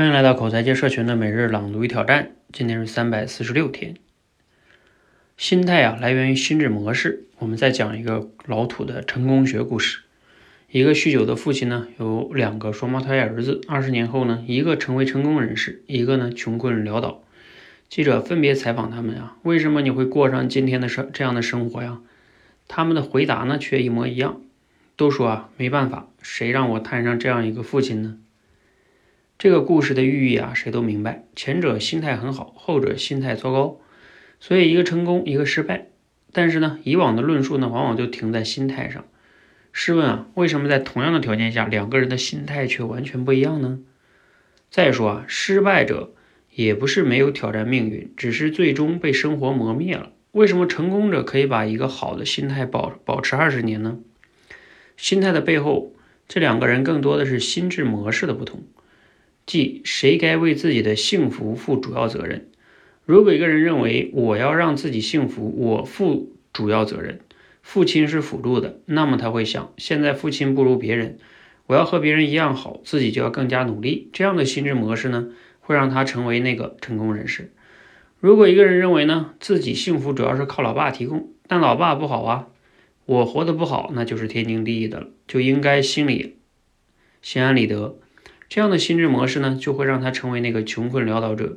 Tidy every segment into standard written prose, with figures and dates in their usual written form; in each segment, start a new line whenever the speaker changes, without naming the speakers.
欢迎来到口才界社群的每日朗读与挑战，今天是346天。心态来源于心智模式。我们再讲一个老土的成功学故事。一个酗酒的父亲呢，有2个双胞胎儿子，20年后呢，一个成为成功人士，一个呢穷困潦倒。记者分别采访他们为什么你会过上今天的这样的生活呀？他们的回答呢却一模一样，都说没办法，谁让我摊上这样一个父亲呢？这个故事的寓意谁都明白，前者心态很好，后者心态糟糕，所以一个成功，一个失败。但是呢，以往的论述呢，往往就停在心态上。试问为什么在同样的条件下，2个人的心态却完全不一样呢？再说失败者也不是没有挑战命运，只是最终被生活磨灭了。为什么成功者可以把一个好的心态保持20年呢？心态的背后，这2个人更多的是心智模式的不同。即谁该为自己的幸福负主要责任。如果一个人认为我要让自己幸福，我负主要责任，父亲是辅助的，那么他会想，现在父亲不如别人，我要和别人一样好，自己就要更加努力。这样的心智模式呢，会让他成为那个成功人士。如果一个人认为呢，自己幸福主要是靠老爸提供，但老爸不好我活得不好，那就是天经地义的了，就应该心安理得。这样的心智模式呢，就会让他成为那个穷困潦倒者。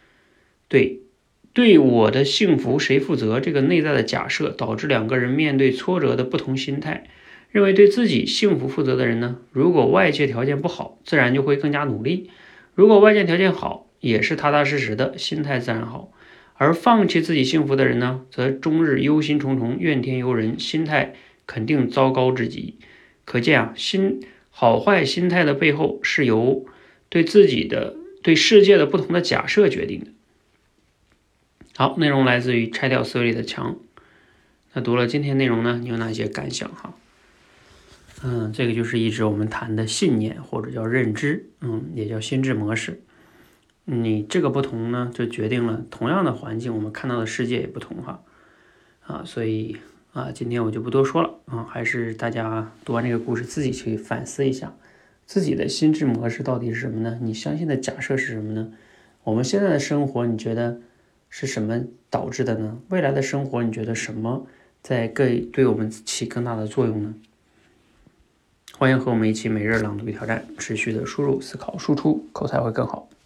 对我的幸福谁负责？这个内在的假设导致2个人面对挫折的不同心态。认为对自己幸福负责的人呢，如果外界条件不好，自然就会更加努力；如果外界条件好，也是踏踏实实的，心态自然好。而放弃自己幸福的人呢，则终日忧心忡忡，怨天尤人，心态肯定糟糕至极。可见好坏心态的背后是由对自己的、对世界的不同的假设决定的。好，内容来自于拆掉思维里的墙。那读了今天内容呢，你有哪些感想这个就是一直我们谈的信念，或者叫认知，也叫心智模式。你这个不同呢，就决定了同样的环境，我们看到的世界也不同所以今天我就不多说了还是大家读完这个故事自己去反思一下，自己的心智模式到底是什么呢？你相信的假设是什么呢？我们现在的生活你觉得是什么导致的呢？未来的生活你觉得什么在对我们起更大的作用呢？欢迎和我们一起每日朗读挑战，持续的输入、思考、输出，口才会更好。